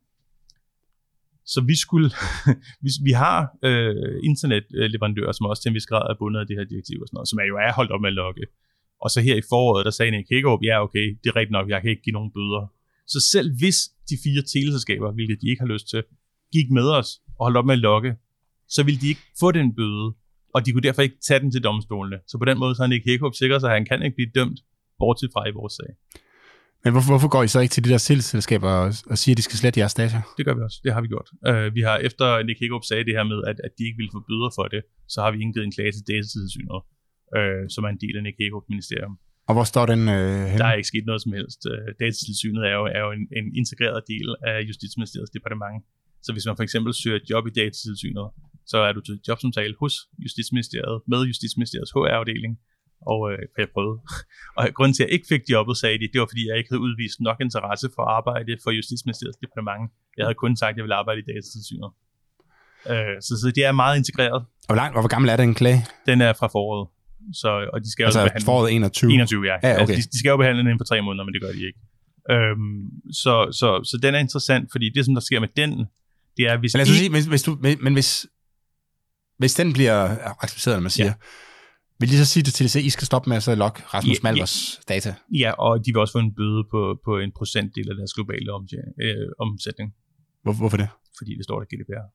Så vi skulle, hvis vi har øh, internetleverandører, som også til en vis grad er bundet af det her direktiv og sådan noget, som er jo er holdt op med at logge. Og så her i foråret, der sagde Nick Hækkerup, ja okay, det er rigtigt nok, jeg kan ikke give nogen bøder. Så selv hvis de fire teleselskaber, hvilket de ikke har lyst til, gik med os og holdt op med at logge, så ville de ikke få den bøde, og de kunne derfor ikke tage den til domstolene. Så på den måde så har Nick Hækkerup sikret sig, at han kan ikke blive dømt, bortset fra i vores sag. Men hvorfor, hvorfor går I så ikke til de der teleselskaber og, og siger, at de skal slette jeres data? Det gør vi også. Det har vi gjort. Uh, vi har efter Nick Hækkerup sagde det her med, at, at de ikke ville få bøder for det, så har vi indgivet en klage til Datatilsynet, uh, som er en del af Nick Hækkerup ministerium. Og hvor står den øh, henne? Der er ikke sket noget som helst. Uh, Datatilsynet er jo, er jo en, en integreret del af Justitsministeriets departement. Så hvis man for eksempel søger et job i Datatilsynet, så er du til jobsamtale hos Justitsministeriet med Justitsministeriets H R-afdeling. Og øh, jeg prøvede. Og grunden til, at jeg ikke fik jobbet, sagde de, det var fordi, jeg ikke havde udvist nok interesse for at arbejde for Justitsministeriets departement. Jeg havde kun sagt, at jeg ville arbejde i Datatilsynet. Øh, så, så det er meget integreret. Og hvor, lang, og hvor gammel er den klage? Den er fra foråret. Så, og de skal altså jo behandle foråret enogtyve? enogtyve, ja. ja okay. altså, de, de skal jo behandle den inden for tre måneder, men det gør de ikke. Øhm, så, så, så den er interessant, fordi det, som der sker med den, det er, hvis... Men, I... sige, hvis, hvis, du, men hvis, hvis den bliver accepteret, når man siger... Ja. Vil de så sige det til at I skal stoppe med at så logge Rasmus ja, Malvers ja. data? Ja, og de vil også få en bøde på, på en procentdel af deres globale omtjening, øh, omsætning. Hvor, hvorfor det? Fordi det står der G D P R.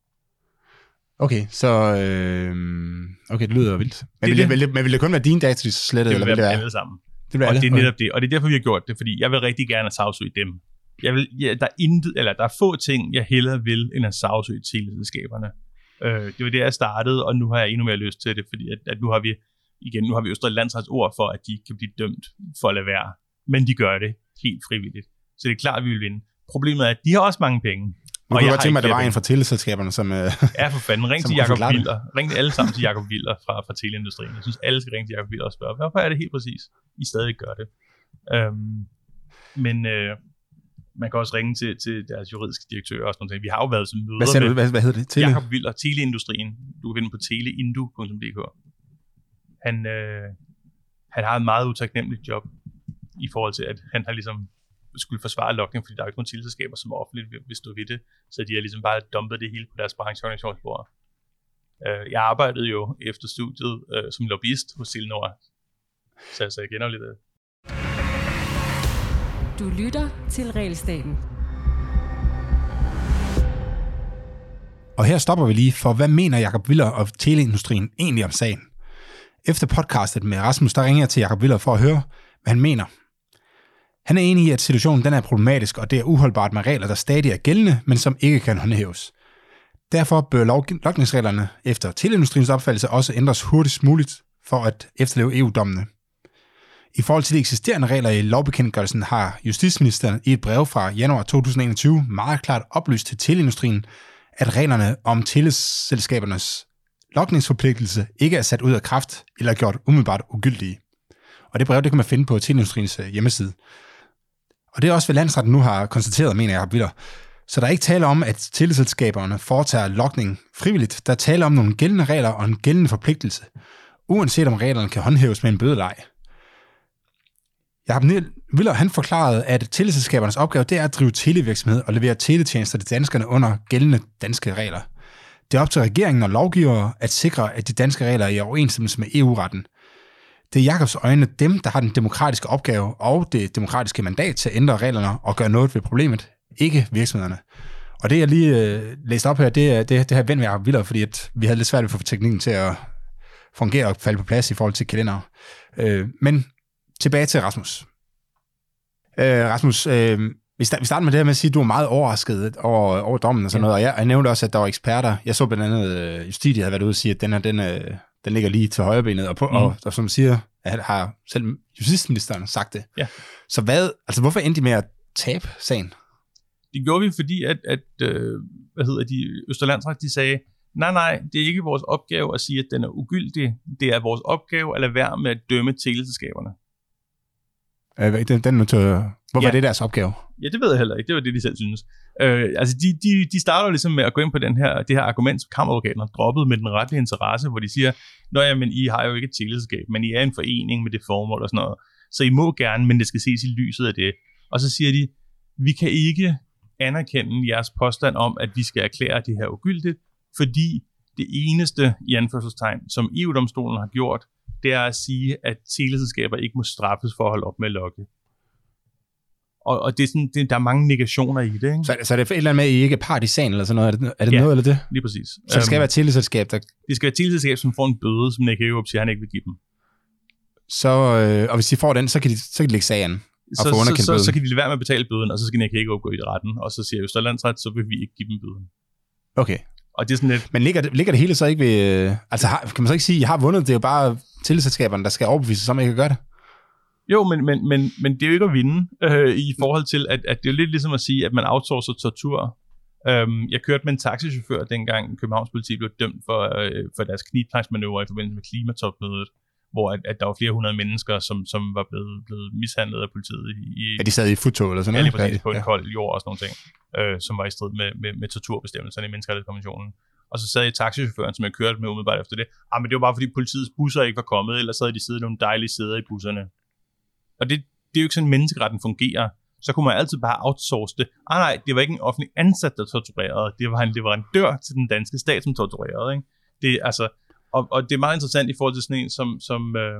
Okay, så øh, okay, det lyder vildt. Men, det vil, det, vil, det, men vil det kun være dine data, de slettede? Det vil eller være vil det alle sammen. Det vil og alle? det er netop okay. det. Og det er derfor, vi har gjort det, fordi jeg vil rigtig gerne sagsøge dem. Jeg vil, ja, der, er intet, eller der er få ting, jeg hellere vil, end at sagsøge teleselskaberne. Øh, det var det, jeg startede, og nu har jeg endnu mere lyst til det, fordi at, at nu har vi Igen, nu har vi Østre Landsrets ord for, at de kan blive dømt for at lade være. Men de gør det helt frivilligt. Så det er klart, at vi vil vinde. Problemet er, at de har også mange penge. Nu kunne jeg godt tænke mig, at det var en fra teleselskaberne, som... Ja, for fanden. Ring til Jacob Willer. Ring alle sammen til Jacob Willer fra, fra teleindustrien. Jeg synes, alle skal ringe til Jacob Willer og spørge, hvorfor er det helt præcis, I stadig gør det? Øhm, men øh, man kan også ringe til, til deres juridiske direktør og sådan noget. Vi har jo været som møder hvad med du? Hvad, hvad hedder det? Tele? Jacob Willer, teleindustrien. Du kan finde på teleindu punktum d k. Han, øh, han har et meget utaknemmeligt job i forhold til, at han har ligesom skulle forsvare logning, fordi der er ikke nogen teleselskaber, som offentligt vil, vil stå ved det, så de har ligesom bare dumpet det hele på deres brancheorganisationsbord. Øh, jeg arbejdede jo efter studiet øh, som lobbyist hos Telenor, så, så jeg kender lidt af det. Du lytter til Realstaten. Og her stopper vi lige, for hvad mener Jacob Willer og teleindustrien egentlig om sagen? Efter podcastet med Rasmus, der ringer jeg til Jacob Willer for at høre, hvad han mener. Han er enig i, at situationen den er problematisk, og det er uholdbart med regler, der stadig er gældende, men som ikke kan håndhæves. Derfor bør logningsreglerne efter teleindustriens opfattelse også ændres hurtigst muligt for at efterleve E U-dommene. I forhold til de eksisterende regler i lovbekendtgørelsen har justitsministeren i et brev fra januar to tusind og enogtyve meget klart oplyst til teleindustrien, at reglerne om teleselskabernes logningsforpligtelse ikke er sat ud af kraft eller gjort umiddelbart ugyldige. Og det brev, det kan man finde på teleindustriens hjemmeside. Og det er også, hvad landsretten nu har konstateret, mener jeg, Willer. Så der er ikke tale om, at teleselskaberne foretager logning frivilligt. Der er tale om nogle gældende regler og en gældende forpligtelse, uanset om reglerne kan håndhæves med en bødelej. Jakob Willer, han forklarede, at teleselskabernes opgave det er at drive televirksomhed og levere teletjenester til danskerne under gældende danske regler. Det er op til regeringen og lovgivere at sikre, at de danske regler er i overensstemmelse med E U-retten. Det er Jakobs øjne dem, der har den demokratiske opgave og det demokratiske mandat til at ændre reglerne og gøre noget ved problemet, ikke virksomhederne. Og det, jeg lige øh, læste op her, det er det, det her ven med Jakob Willer, fordi at vi havde lidt svært ved at få teknikken til at fungere og falde på plads i forhold til kalender. Øh, men tilbage til Rasmus. Øh, Rasmus, øh, vi starter med det her med at sige, at du er meget overrasket over, over dommen og sådan ja. noget, og jeg, jeg nævnte også, at der var eksperter. Jeg så blandt andet, øh, Justitia havde været ude og sige, at den her, den, øh, den ligger lige til højrebenet, og, på, mm. og, og som siger, at har selv justitsministeren sagt det. Ja. Så hvad, altså hvorfor endte de med at tabe sagen? Det gjorde vi, fordi at, at øh, hvad hedder de, Østerlandsret, de sagde, nej, nej, det er ikke vores opgave at sige, at den er ugyldig. Det er vores opgave at lade være med at dømme teleselskaberne. Øh, den, den Hvorfor ja. er det deres opgave? Ja, det ved jeg heller ikke. Det var det, de selv synes. Øh, altså, de, de, de starter ligesom med at gå ind på den her, det her argument, som kammeradvokaten har droppet med den retlige interesse, hvor de siger, nå ja, men I har jo ikke et teleselskab, men I er en forening med det formål og sådan noget. Så I må gerne, men det skal ses i lyset af det. Og så siger de, vi kan ikke anerkende jeres påstand om, at vi skal erklære det her ugyldigt, fordi det eneste, i anførselstegn, som E U-domstolen har gjort, det er at sige, at teleselskaber ikke må straffes for at holde op med at logge. Og, og det er sådan, det, der er mange negationer i det, ikke? Så, så er det et eller andet med, at I ikke er part i sagen, eller sådan noget? Er det, er det ja, noget, eller det? lige præcis. Så det skal um, være et teleselskab, der... Det skal være et teleselskab, som får en bøde, som Nick Hækkerup siger, han ikke vil give dem. Så, øh, og hvis de får den, så kan de, så kan de lægge sagen og så, få underkendt så, bøden. Så, så kan de lade være med at betale bøden, og så skal Nick Hækkerup gå i retten, og så siger Østerlandsret, så vil vi ikke give dem bøden. Okay. Og det er sådan lidt... Men ligger det, ligger det hele så ikke ved... Altså, har, kan man så ikke sige, at I har vundet? Det er jo bare teleselskaberne, der skal overbevise sig om, at I kan gøre det. Jo, men, men, men, men det er jo ikke at vinde øh, i forhold til, at, at det er jo lidt ligesom at sige, at man outsourcer tortur. Øhm, jeg kørte med en taxichauffør, dengang Københavns politi blev dømt for, øh, for deres knibtangsmanøvre i forbindelse med klimatopmødet, hvor at, at der var flere hundrede mennesker, som, som var blevet, blevet mishandlet af politiet. I, ja, de sad i futtog eller sådan noget? Ja, lige præcis, på en kold jord og sådan nogle ting, øh, som var i strid med, med, med torturbestemmelserne i menneskerettighedskonventionen. Og så sad jeg taxichaufføren, som jeg kørte med umiddelbart efter det. Ah, men det var bare fordi politiets busser ikke var kommet, ellers så havde de siddet nogle dejlige sæder i busserne. Og det, det er jo ikke sådan, menneskeretten fungerer. Så kunne man altid bare outsource det. Ah nej, det var ikke en offentlig ansat, der torturerede. Det var en leverandør til den danske stat, som torturerede. Ikke? Det, altså, og, og det er meget interessant i forhold til sådan en, som, som øh,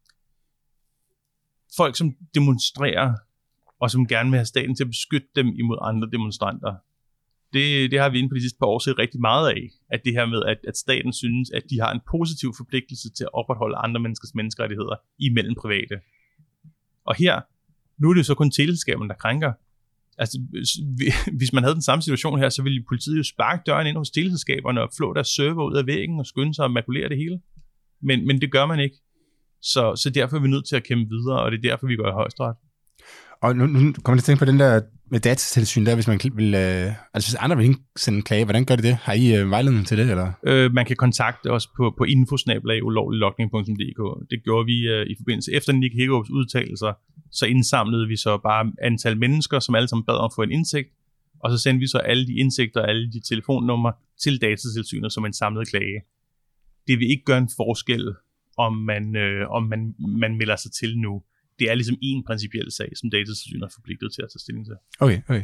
folk, som demonstrerer, og som gerne vil have staten til at beskytte dem imod andre demonstranter. Det, det har vi inde på de sidste par år set rigtig meget af. At det her med, at, at staten synes, at de har en positiv forpligtelse til at opretholde andre menneskers menneskerettigheder imellem private. Og her, nu er det jo så kun teleselskaberne, der krænker. Altså, hvis man havde den samme situation her, så ville politiet jo sparke døren ind hos teleselskaberne og flå deres server ud af væggen og skynde sig og makulere det hele. Men, men det gør man ikke. Så, så derfor er vi nødt til at kæmpe videre, og det er derfor, vi går i højesteret. Og nu, nu kommer jeg til at tænke på den der med datatilsyn der, hvis man vil, øh, altså hvis andre vil sende en klage, hvordan gør de det? Har I øh, vejledning til det, eller? Øh, man kan kontakte os på, på info snabel-a ulovlig logning punktum d k. Det gjorde vi øh, i forbindelse efter Nick Hækkerups udtalelser, så indsamlede vi så bare antal mennesker, som alle sammen bad om at få en indsigt, og så sendte vi så alle de indsigter og alle de telefonnumre til datatilsynet som en samlet klage. Det vil ikke gøre en forskel, om man, øh, om man, man melder sig til nu. Det er ligesom en principiel sag, som Datatilsynet er forpligtet til at tage stilling til. Okay, okay.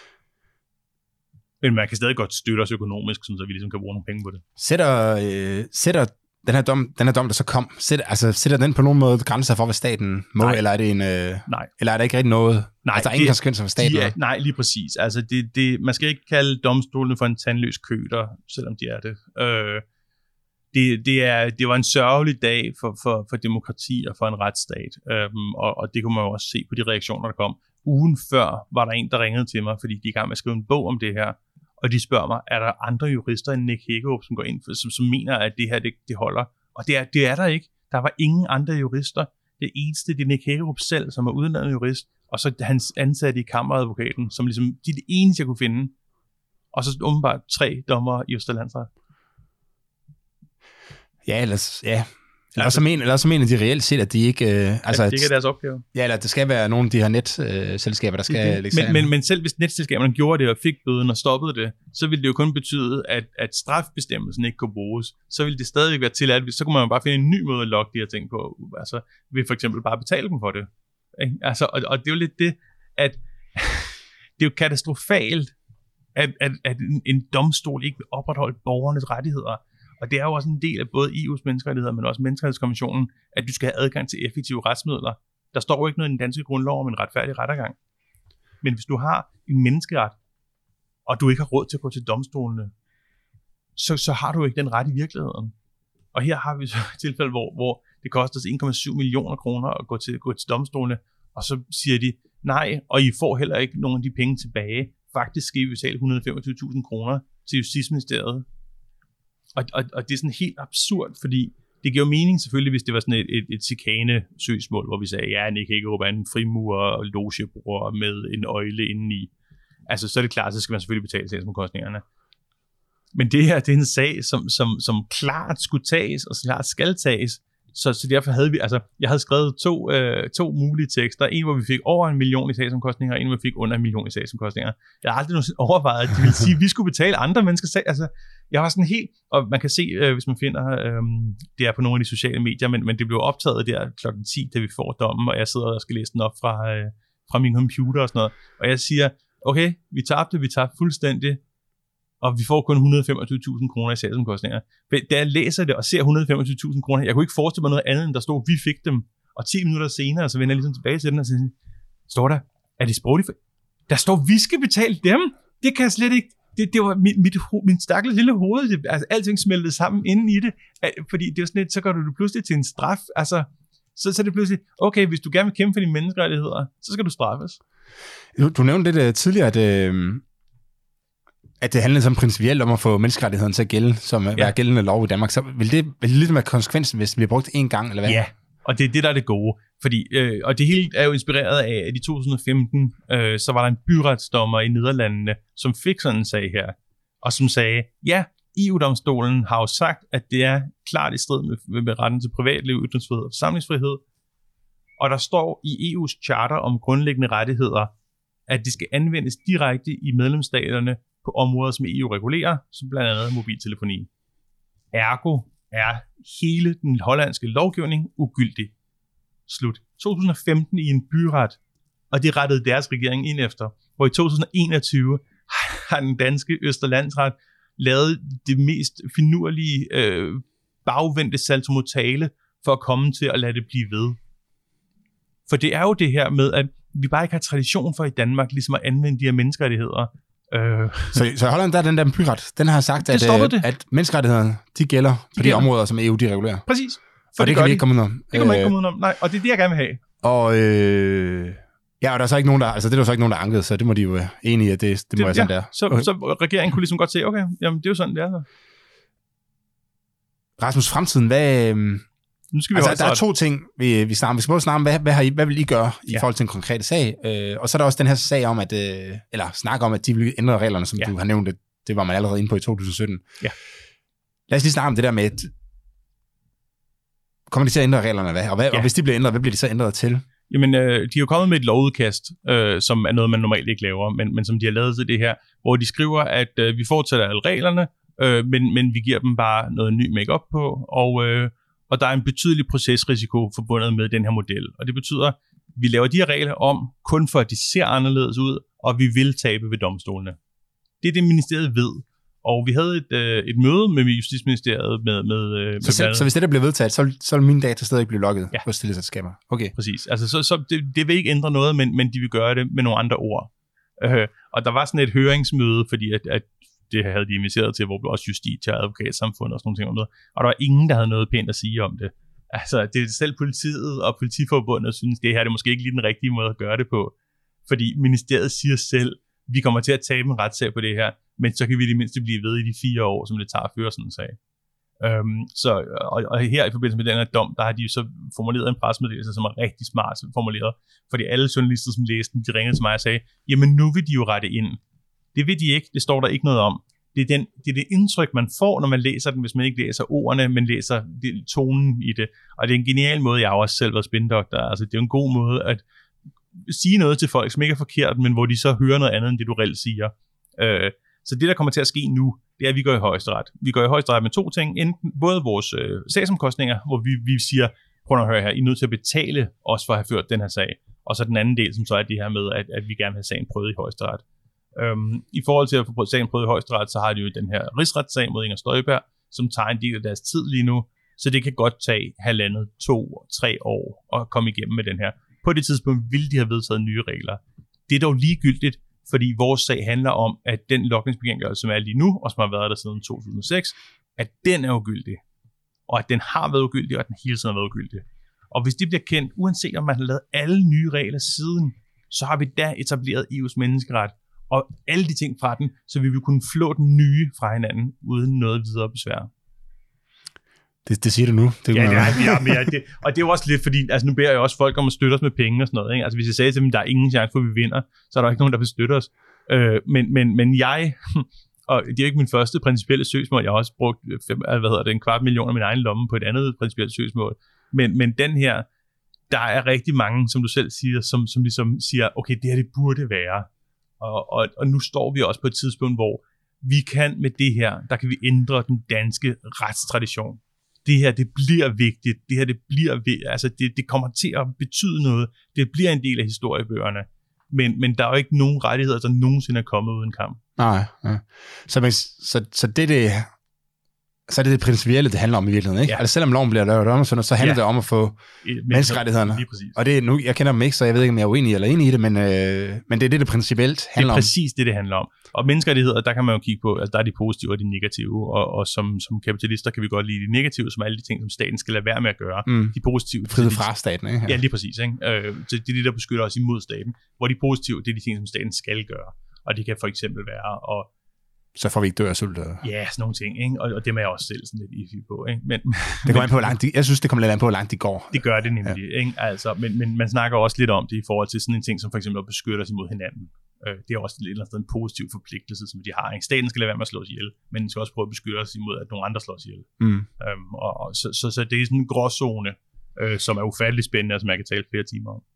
Men man kan stadig godt støtte os økonomisk, så vi ligesom kan bruge nogle penge på det. Sætter, øh, sætter den, her dom, den her dom, der så kom, sætter, altså, sætter den på nogen måde grænser for, hvad staten må, nej. eller er det en, øh, nej. eller er der ikke rigtig noget? Nej, altså, der er ingen konsekvenser for staten? De er, nej, lige præcis. Altså, det, det, man skal ikke kalde domstolene for en tandløs køter, selvom de er det. Øh, Det, det, er, det var en sørgelig dag for, for, for demokrati og for en retsstat, øhm, og, og det kunne man jo også se på de reaktioner, der kom. Ugen før var der en, der ringede til mig, fordi de er i gang med at skrive en bog om det her, og de spørger mig, er der andre jurister end Nick Hækkerup, som går ind for, som, som mener, at det her det, det holder? Og det er, det er der ikke. Der var ingen andre jurister. Det eneste, det er Nick Hækkerup selv, som er uddannet jurist, og så hans ansatte i kammeradvokaten, som ligesom, de er det eneste, jeg kunne finde. Og så åbenbart tre dommere i Østerlandsret. Ja, ellers, ja. Eller så mener, eller så mener de reelt set, at de ikke... Øh, altså, at det ikke er deres opgave. Ja, eller det skal være nogle af de her netselskaber, der skal... Okay. Men, men, men selv hvis netselskaberne gjorde det og fik bøden og stoppede det, så ville det jo kun betyde, at, at strafbestemmelsen ikke kunne bruges. Så ville det stadig være tilladt. Så kunne man bare finde en ny måde at lokke de her ting på. Altså ved for eksempel bare betale dem for det. Altså, og, og det er jo lidt det, at det er jo katastrofalt, at, at, at en, en domstol ikke vil opretholde borgernes rettigheder. Og det er jo også en del af både E U's menneskerettigheder, men også menneskerettighedskonventionen, at du skal have adgang til effektive retsmidler. Der står jo ikke noget i den danske grundlov om en retfærdig rettergang. Men hvis du har en menneskeret, og du ikke har råd til at gå til domstolene, så, så har du ikke den ret i virkeligheden. Og her har vi så et tilfælde, hvor, hvor det koster os en komma syv millioner kroner at gå til, gå til domstolene, og så siger de, nej, og I får heller ikke nogen af de penge tilbage. Faktisk skal I betale et hundrede og femogtyve tusind kroner til Justitsministeriet. Og, og, og det er sådan helt absurd, fordi det giver jo mening selvfølgelig, hvis det var sådan et, et, et chikane-søgsmål, hvor vi sagde, ja, Nick Hækkerup er en frimurer og logebruger med en øjle indeni. Altså, så er det klart, så skal man selvfølgelig betale sagsomkostningerne. Men det her, det er en sag, som, som, som klart skulle tages, og klart skal tages. Så, så derfor havde vi, altså, jeg havde skrevet to, øh, to mulige tekster. En, hvor vi fik over en million i sagsomkostninger, og en, hvor vi fik under en million i sagsomkostninger. Jeg har aldrig nogensinde overvejet, at de ville sige, at vi skulle betale andre menneskers sag. Altså, jeg var sådan helt, og man kan se, øh, hvis man finder, øh, det er på nogle af de sociale medier, men, men det blev optaget der klokken ti, da vi får dommen, og jeg sidder og skal læse den op fra, øh, fra min computer og sådan noget. Og jeg siger, okay, vi tabte, vi tabte fuldstændig, og vi får kun et hundrede og femogtyve tusind kroner i sagsomkostninger. Da jeg læser det og ser et hundrede og femogtyve tusind kroner, jeg kunne ikke forestille mig noget andet, end der stod, vi fik dem. Og ti minutter senere, så vender jeg ligesom tilbage til den og siger, står der, er det sprogligt? Der står, vi skal betale dem. Det kan jeg slet ikke. Det, det var mit, mit, min stakkels lille hoved. Det, altså, alting smeltede sammen inden i det. Fordi det er sådan lidt, så gør du det pludselig til en straf. Altså, så, så er det pludselig, okay, hvis du gerne vil kæmpe for dine menneskerettigheder, så skal du straffes. Du, du nævnte det tidligere, at... Øh... at det handler som principielt om at få menneskerettigheden til at gælde, som at ja. være gældende lov i Danmark, så vil det, vil det lidt være konsekvensen, hvis det bliver brugt én gang, eller hvad? Ja, og det er det, der er det gode. Fordi, øh, og det hele er jo inspireret af, at i to tusind og femten, øh, så var der en byretsdommer i Nederlandene, som fik sådan en sag her, og som sagde, ja, E U-domstolen har jo sagt, at det er klart i strid med, med retten til privatliv, ytringsfrihed og forsamlingsfrihed, og der står i E U's charter om grundlæggende rettigheder, at det skal anvendes direkte i medlemsstaterne på områder, som E U regulerer, som blandt andet mobiltelefoni. Ergo er hele den hollandske lovgivning ugyldig. Slut. to tusind og femten i en byret, og det rettede deres regering ind efter, hvor i to tusind og enogtyve har den danske Østerlandsret lavet det mest finurlige øh, bagvendte saltomortale for at komme til at lade det blive ved. For det er jo det her med, at vi bare ikke har tradition for i Danmark, ligesom at anvende de her menneskerettigheder. Øh. Så, så Holland, der er den der byret, den har sagt, at, at, at menneskerettighederne, de gælder på de, de områder, som E U de regulerer. Præcis. For og det, det kan vi ikke komme ud om. Det kan man ikke komme ud om, nej. Og det er det, jeg gerne vil have. Og øh, ja, og der er så ikke nogen, der, altså det er der så ikke nogen, der ankede, så det må de jo være enige i, at det, det, det må være sådan, ja, der. Så, okay. så regeringen kunne ligesom godt se, okay, jamen det er jo sådan, det er. Så. Rasmus, fremtiden, hvad... Nu skal vi altså, der er to ting, vi, vi snakker om. Vi skal både snakke om, hvad, hvad, har I, hvad vil I gøre i ja. forhold til en konkret sag? Øh, og så er der også den her sag om, at, øh, eller snakke om, at de vil ændre reglerne, som ja. du har nævnt, det, det var man allerede inde på i to tusind og sytten. Ja. Lad os lige snakke om det der med, at kommer de til at ændre reglerne, hvad? Og, hvad, ja. og hvis de bliver ændret, hvad bliver de så ændret til? Jamen, øh, de er jo kommet med et lovudkast, øh, som er noget, man normalt ikke laver, men, men som de har lavet til det her, hvor de skriver, at øh, vi fortsætter alle reglerne, øh, men, men vi giver dem bare noget ny make-up på, og... Øh, Og der er en betydelig procesrisiko forbundet med den her model. Og det betyder, at vi laver de her regler om, kun for at de ser anderledes ud, og vi vil tabe ved domstolene. Det er det, ministeriet ved. Og vi havde et, øh, et møde med Justitsministeriet med... med, med så, selv, så hvis det der bliver vedtaget, så, så vil mine data stadig blive logget ja. hos teleselskaber? Okay. Præcis. Altså, så, så det, det vil ikke ændre noget, men, men de vil gøre det med nogle andre ord. Øh, og der var sådan et høringsmøde, fordi at, at det havde de inviteret til, hvor blev også Justitia og advokatsamfundet og sådan nogle ting om det. Og der var ingen, der havde noget pænt at sige om det. Altså, det er selv politiet og politiforbundet synes, det her det er måske ikke lige den rigtige måde at gøre det på. Fordi ministeriet siger selv, vi kommer til at tabe en retssag på det her, men så kan vi i det mindste blive ved i de fire år, som det tager at føre sådan en sag. Um, så, og, og her i forbindelse med den her dom, der har de så formuleret en pressemeddelelse, som er rigtig smart formuleret. Fordi alle journalister, som læste den, de ringede til mig og sagde, jamen nu vil de jo rette ind. Det vil de ikke, det står der ikke noget om. det er, den, det er det indtryk, man får, når man læser den, hvis man ikke læser ordene, men læser tonen i det. Og det er en genial måde, jeg har også selv været spindoktor. Altså, det er en god måde at sige noget til folk, som ikke er forkert, men hvor de så hører noget andet, end det du reelt siger. Øh, så det, der kommer til at ske nu, det er, at vi går i højesteret. Vi går i højesteret med to ting. Enten både vores øh, sagsomkostninger, hvor vi, vi siger, prøv at høre her, I er nødt til at betale os for at have ført den her sag. Og så den anden del, som så er det her med, at, at vi gerne vil have sagen prøvet i højesteret. Øhm, I forhold til at få sagen prøvet i højesteret, så har de jo den her rigsretssag mod Inger Støjberg, som tager en del af deres tid lige nu. Så det kan godt tage halvandet, to, tre år at komme igennem med den her. På det tidspunkt ville de have vedtaget nye regler. Det er dog ligegyldigt, fordi vores sag handler om, at den logningsbekendtgørelse, som er lige nu, og som har været der siden to tusind og seks, at den er ugyldig. Og at den har været ugyldig, og at den hele tiden har været ugyldig. Og hvis det bliver kendt, uanset om man har lavet alle nye regler siden, så har vi da etableret E U's menneskeret, og alle de ting fra den, så vi vil kunne flå den nye fra hinanden, uden noget videre besvær. Det, det siger du nu. Det ja, det er, ja, men ja, det, og det er jo også lidt, fordi altså, nu beder jeg også folk om at støtte os med penge og sådan noget. Ikke? Altså hvis jeg sagde til dem, at der er ingen chance for, at vi vinder, så er der ikke nogen, der vil støtte os. Øh, men, men, men jeg, og det er jo ikke min første principielle søgsmål, jeg har også brugt fem, hvad hedder det, en kvart million af min egen lomme på et andet principielle søgsmål. Men, men den her, der er rigtig mange, som du selv siger, som, som ligesom siger, okay, det her det burde være. Og, og, og nu står vi også på et tidspunkt, hvor vi kan med det her, der kan vi ændre den danske retstradition. Det her, det bliver vigtigt. Det her, det bliver, altså det, det kommer til at betyde noget. Det bliver en del af historiebøgerne. Men, men der er jo ikke nogen rettigheder, der nogensinde er kommet uden kamp. Nej, ja. Så, man, så, så det, det så er det det principielle, det handler om i virkeligheden, ikke? Ja. Altså selvom loven bliver lavet om, så, så handler ja. det om at få menneskerettighederne. Og det, nu, jeg kender dem ikke, så jeg ved ikke, om jeg er uenig eller enig i det, men, øh, men det er det, det principielt handler om. Det er præcis om. det, det handler om. Og menneskerettigheder, der kan man jo kigge på, altså der er de positive og de negative, og, og som, som kapitalister kan vi godt lide de negative, som alle de ting, som staten skal lade være med at gøre. Mm. De positive. Frihed fra staten, ikke? Ja, lige præcis. Ikke? Øh, så det er det, der beskytter os imod staten. Hvor de positive, det er de ting, som staten skal gøre. Og det kan for eksempel være at så får vi ikke dø af sult. Ja, sådan nogle ting, ikke? Og, og det er jeg også selv sådan lidt ify på, ikke? Men, det kommer an på, hvor langt de, jeg synes, det kommer lidt an på, hvor langt de går. Det gør det nemlig, ja. Ikke? Altså, men, men man snakker også lidt om det i forhold til sådan en ting, som for eksempel at beskytte os imod hinanden. Øh, det er også et eller andet en positiv forpligtelse, som de har. Ikke? Staten skal lade være med at slå os ihjel, men den skal også prøve at beskytte os imod, at nogle andre slår os ihjel. Mm. Øhm, og, og, så, så, så det er sådan en gråzone, øh, som er ufattelig spændende, og som jeg kan tale flere timer om.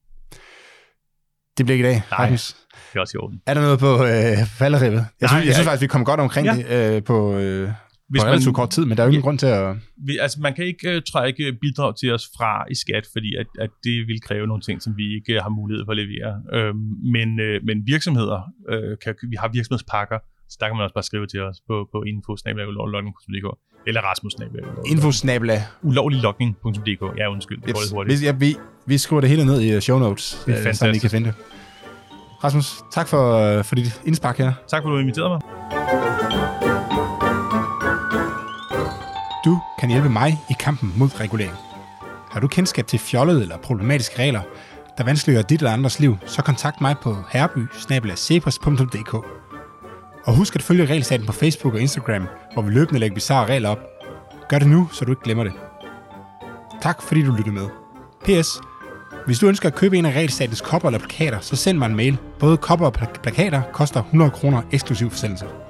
Det bliver ikke i dag, Nej, Rasmus. det er også i orden. Er der noget på øh, falderibet? Jeg, Nej, synes, jeg synes faktisk, vi kommer godt omkring ja. det øh, på, øh, på relativt kort tid, men der er jo ingen ja, grund til at... Vi, altså, man kan ikke uh, trække bidrag til os fra i skat, fordi at, at det vil kræve nogle ting, som vi ikke har mulighed for at levere. Øh, men, øh, men virksomheder, øh, kan, vi har virksomhedspakker, så der kan man også bare skrive til os på, på info snabel-a ulovliglogning punktum d k eller rasmus snabel-a info snabel-a ulovliglogning punktum d k. Ja, undskyld. Det yep. hurtigt. Ja, vi, vi skriver det hele ned i show notes, det er så I kan finde det. Rasmus, tak for, for dit indspark her. Tak for, at du inviterede mig. Du kan hjælpe mig i kampen mod regulering. Har du kendskab til fjollede eller problematiske regler, der vanskeliggør dit eller andres liv, så kontakt mig på herreby snabel-a cepos punktum d k. Og husk at følge Regelstaten på Facebook og Instagram, hvor vi løbende lægger bizarre regler op. Gør det nu, så du ikke glemmer det. Tak fordi du lyttede med. P S. Hvis du ønsker at købe en af Regelstatens kopper eller plakater, så send mig en mail. Både kopper og plakater koster hundrede kroner eksklusiv forsendelse.